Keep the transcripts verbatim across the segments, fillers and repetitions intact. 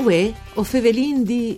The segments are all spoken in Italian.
Uè, o fevelin di...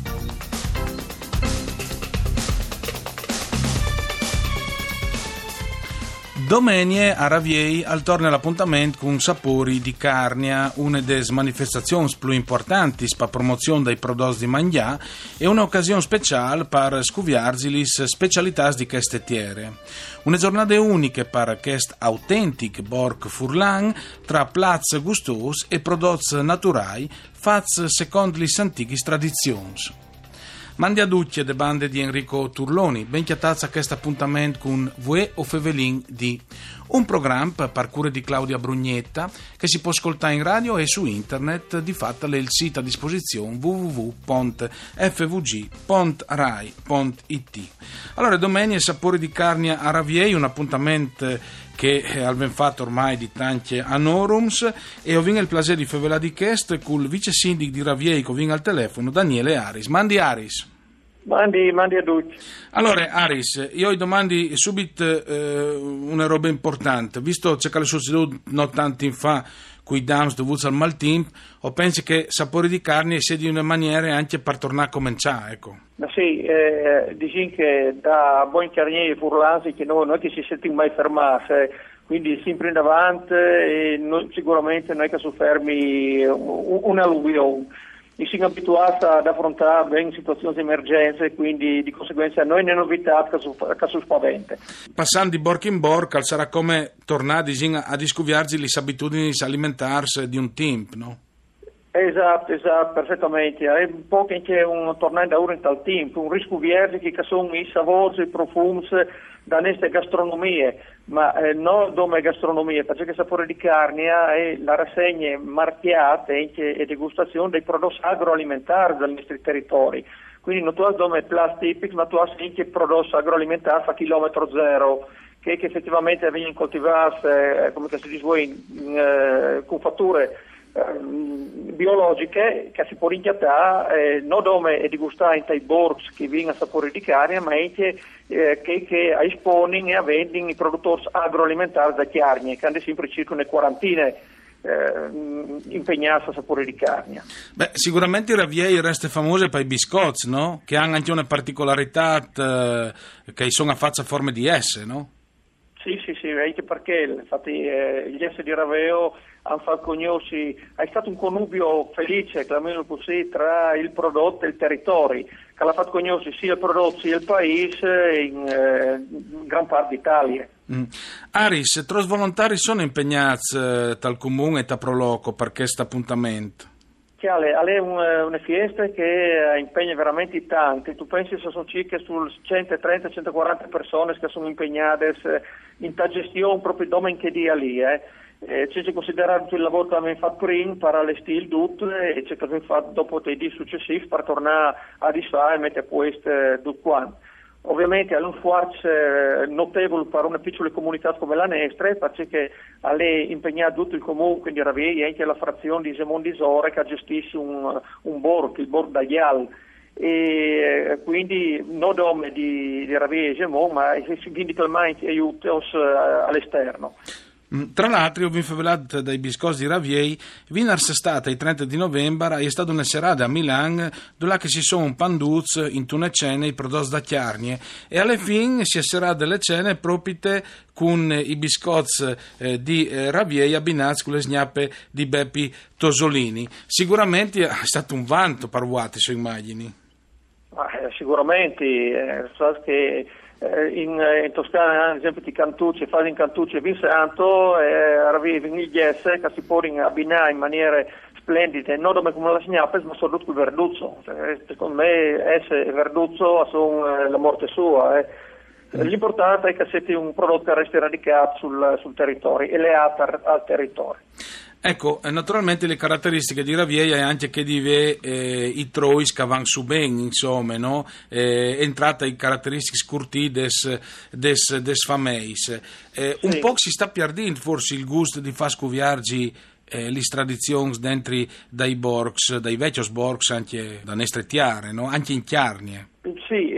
Domenie a Raviei al torna l'appuntamento con sapori di carnia, una delle manifestazioni più importanti per la promozione dei prodotti di mangià e un'occasione speciale per scuviarsi le specialità di queste terre. Una giornata unica per questo autentico Borg Furlan tra plats gustosi e prodotti naturali fatti secondo le antiche tradizioni. Mandi a ducce de bande di Enrico Turloni, ben chiatazza a questo appuntamento con Vue o Fevelin di un programma per cura di Claudia Brugnetta che si può ascoltare in radio e su internet, di fatto il sito a disposizione w w w punto f v g punto rai punto i t. Allora, domenica sapori di carnia a Raviei, un appuntamento che abbiamo fatto ormai di tanti anorums, e ho vinto il piacere di favela di Chest con il vice sindico di Raviei che vinto al telefono, Daniele Aris. Mandi Aris. Mandi, mandi a tutti. Allora Aris, io domandi subito eh, una roba importante, visto che le succedute non tanto in fa con i dams dovuti al maltempo, o pensi che sapori di carne sia di una maniera anche per tornare a cominciare, ecco. Ma sì, eh, dici che da buoni carnieri furlasi che noi, noi che si sentiamo mai fermarsi, quindi sempre in avanti e noi, sicuramente noi che sono fermi un'alluvione. E siamo abituati ad affrontare ben situazioni di emergenza e quindi di conseguenza noi ne novità che sono spavente. Passando di borca in borca sarà come tornare a discuviarsi le abitudini alimentari di un team, no? Esatto, esatto, perfettamente. È un po' che c'è un tornare da ora in tal tempo, un riscuviersi che sono i sapori, i profumi da queste gastronomie, ma eh, non come gastronomie, perché il sapore di carne è la rassegna marchiata e degustazione dei prodotti agroalimentari dei nostri territori. Quindi non tu hai come plast tipici, ma tu hai anche prodotti agroalimentari a chilometro zero, che, che effettivamente vengono coltivati, eh, come si dice voi, eh, con fatture biologiche che si può rinchiattare eh, non come e degustare in tai borgs che vengono a sapore di carne, ma anche eh, che, che espongono e vendono i produttori agroalimentari da carne, che hanno sempre circa una quarantina eh, impegnati a sapore di carne. Beh, sicuramente i Raviei resta famosi per i biscotti, no? Che hanno anche una particolarità eh, che sono a faccia forme di S, no? Sì, sì, sì, anche perché infatti eh, gli S di Raveo hanno fatto conoscere, è stato un connubio felice, chiamiamolo così, tra il prodotto e il territorio, che l'ha fatto conoscere sia il prodotto sia il paese in, eh, in gran parte d'Italia. Mm. Aris, tre volontari sono impegnati eh, tal comune e tal proloco per questo appuntamento? Chiale, è una, una fiesta che impegna veramente tanti. Tu pensi che sono circa sul centotrenta centoquaranta persone che sono impegnate in ta gestione proprio domenica dia lì. Eh. Eh, c'è da considerare tutto il lavoro che abbiamo fatto prima per allestire il tutto e c'è che abbiamo fatto dopo i giorni successivi per tornare a disfare e mettere a posto tutto quanto. Ovviamente è un sforzo notevole per una piccola comunità come la nostra, perché è impegnato tutto il comune, quindi Raviei, anche la frazione di Semon di Sore che gestisce un, un borgo, il borgo d'Aglial, e quindi non nome di, di Raviei e Semon, ma quindi talmente aiutos all'esterno. Tra l'altro, vi favelato dai biscotti di Raviei, viene stata il trenta di novembre è stata una serata a Milan dove si sono panduz in una cena i prodotti da carne e alla fine si è serata delle cene proprio con i biscotti eh, di eh, Raviei abbinati con le snappe di Beppi Tosolini. Sicuramente è stato un vanto per voi, se immagini. Ah, sicuramente, eh, so che In, in Toscana, ad esempio, di Cantucci, fare in Cantucci e Vinsanto, eh, arrivi in Igliese che si può abbinare in maniera splendida, non come la snappes, ma soprattutto con il verduzzo. Cioè, secondo me, essere e verduzzo sono eh, la morte sua. Eh. L'importante è che sia un prodotto che resti radicato sul, sul territorio e leato al territorio. Ecco, naturalmente le caratteristiche di Raviei è anche che di ve eh, i trois che vanno su ben, insomma, no? Eh, entrata in caratteristiche scurti des, des, des fameis. Eh, sì. Un po' si sta perdendo forse il gusto di far scuviargi eh, le tradizioni dentro dai borgs, dai vecchi borgs, anche da nestretiare, no? Anche in chiarnie. Sì,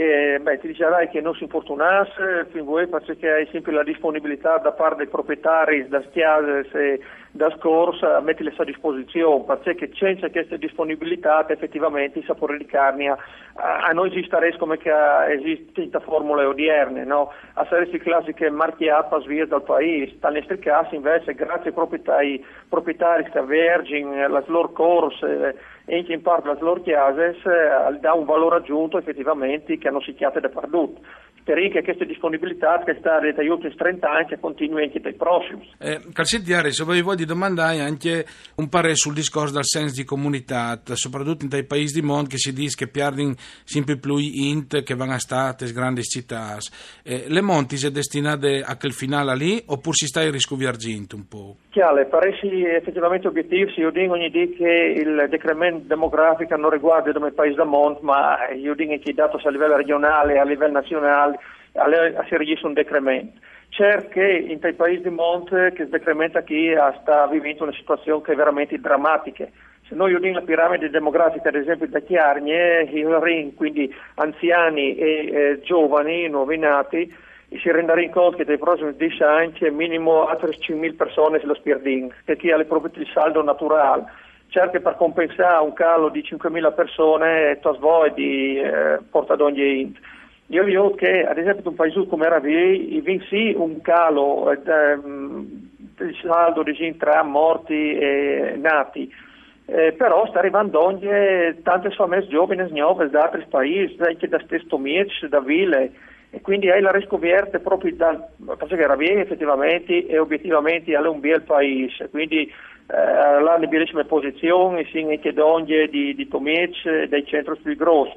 eh, beh, ti dicerai che non si importunasse, fin voi perché hai sempre la disponibilità da parte dei proprietari, da Chiases e da Scorsa a metterle a disposizione, perché senza questa disponibilità effettivamente il sapore di carne a, a noi esiste come che esiste in formule odierne, no? A essere classiche marchiate via dal paese, dal nostro caso invece grazie ai proprietari, proprietari che Virgin, la loro corse e anche in parte la loro chiases eh, dà un valore aggiunto effettivamente che hanno sicchiate da perdute. Speriamo che questa disponibilità che sta dagli ultimi trenta anni che continui anche dai prossimi. Eh, Calcettiare, se voi di domandare anche un parere sul discorso del senso di comunità, soprattutto in dei paesi di mondo che si dice che perdono sempre più int che vanno a state grandi città. Eh, le Monti si è destinate a quel finale lì oppure si sta a riscoviargendo un po'? Chiaro, pareci effettivamente obiettivi, io dico ogni dì che il decremento demografico non riguarda come paese da mondo, ma io dico che i dati a livello regionale e a livello nazionale si registra un decremento. Certo che in quei paesi di monte che si decrementa chi sta vivendo una situazione che è veramente drammatica. Se noi uniamo la piramide demografica ad esempio da Chiarnie, quindi anziani e eh, giovani, nuovi nati, si renderà conto che nei prossimi dieci anni c'è minimo altre cinquemila persone sulla spierding, che chi ha le proprie il saldo naturale. Certo che per compensare un calo di cinquemila persone, Tosvoi di eh, Porta d'Ogni Int. Io vedo che, ad esempio, in un paese come Raviei, vi sì un calo eh, del saldo di gente tra morti e nati, eh, però sta arrivando ogni tante famiglie giovani nuove da altri paesi, anche da stesso Miec, da Ville, e quindi hai la riscoperta proprio da, perché Raviei effettivamente e obiettivamente è un bel paese, quindi eh, ha le bellissime posizioni, sia anche d'ogni di, di Tomiec, dai centri più grossi.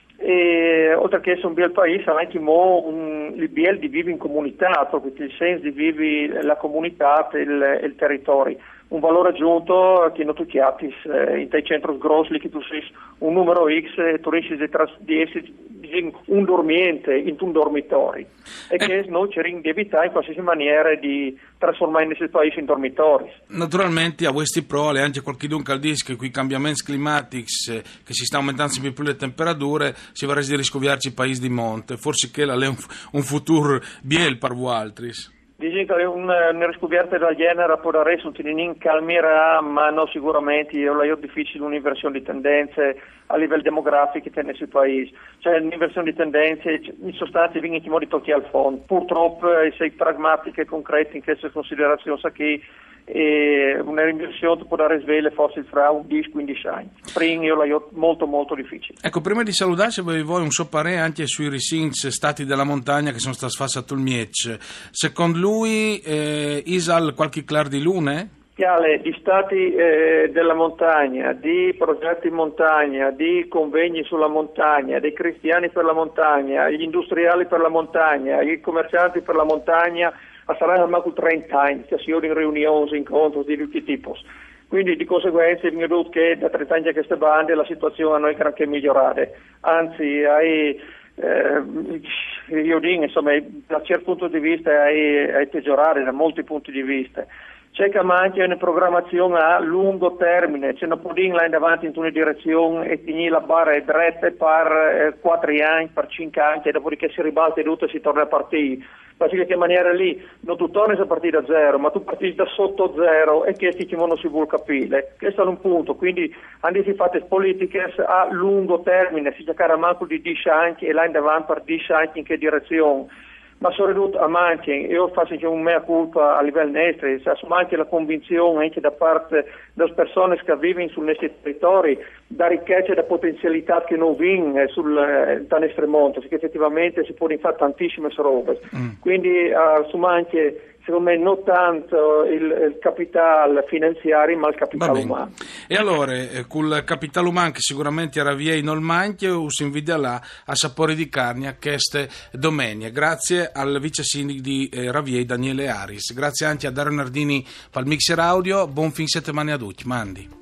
E oltre che essere un bel paese, anche mo un, il biel di vivi in comunità, proprio il senso di vivi la comunità e il, il territorio. Un valore aggiunto che non tutti abiti eh, in dei centri grossi che tu sei un numero X e tu riesci di essere un dormiente in un dormitorio e che eh. noi cerchiamo di evitare in qualsiasi maniera di trasformare il paese in dormitori. Naturalmente a questi pro e anche qualche dunque dice che con i cambiamenti climatici eh, che si sta aumentando sempre più le temperature si va a riscoviarci i paesi di monte, forse che là è un, un futuro biel per voi altri. Dice che una riscoperta del genere può dare un tininin calmerà, ma no sicuramente è difficile un'inversione di tendenze a livello demografico nel nostro paese. Cioè un'inversione di tendenze in sostanza viene in modo di toccare al fondo. Purtroppo sei pragmatiche e concrete in queste considerazioni sa che e una inversione può dare sveglie forse fra un dieci quindici anni. Prima io la molto molto difficile. Ecco, prima di salutarci voi vuoi un sopparè anche sui risins stati della montagna che sono stati sfasciati il Miec. Secondo lui eh, Isal qualche clar di lune? Chiale, di stati eh, della montagna, di progetti in montagna, di convegni sulla montagna, dei cristiani per la montagna, gli industriali per la montagna, i commercianti per la montagna, saranno almeno trenta anni, che si in riunioni, incontri di tutti i tipi. Quindi di conseguenza mi vedo che da trenta anni a queste bande la situazione non è granché migliorare, anzi hai, eh, io dico insomma da un certo punto di vista è peggiorare da molti punti di vista. C'è che manca una programmazione a lungo termine, c'è una pudding là in avanti in una direzione e quindi la barra è dritta per quattro eh, anni, per cinque anni e dopodiché si ribalta tutto e si torna a partire. Perché in che maniera lì non tu torni a partire da zero, ma tu parti da sotto zero e che si non si vuole capire. Questo è un punto, quindi hanno si fatte politiche a lungo termine, si giocare a manco di dieci anni e là in avanti per dieci anni in che direzione. Ma soprattutto a manche, io faccio anche un mea culpa a livello nostro, su manche la convinzione anche da parte delle persone che vivono sul nostro territorio, da ricchezza e da potenzialità che non vincono sul eh, nostro mondo, perché effettivamente si può fare tantissime robe. Mm. Quindi uh, su manche secondo me non tanto il, il capitale finanziario ma il capitale umano. E allora eh, col capitale umano che sicuramente a Raviei non manca si invidia là a sapore di carne a queste domenica. Grazie al vice sindaco di eh, Raviei Daniele Aris, grazie anche a Dario Nardini per il mixer audio, buon fin settimana a tutti, mandi.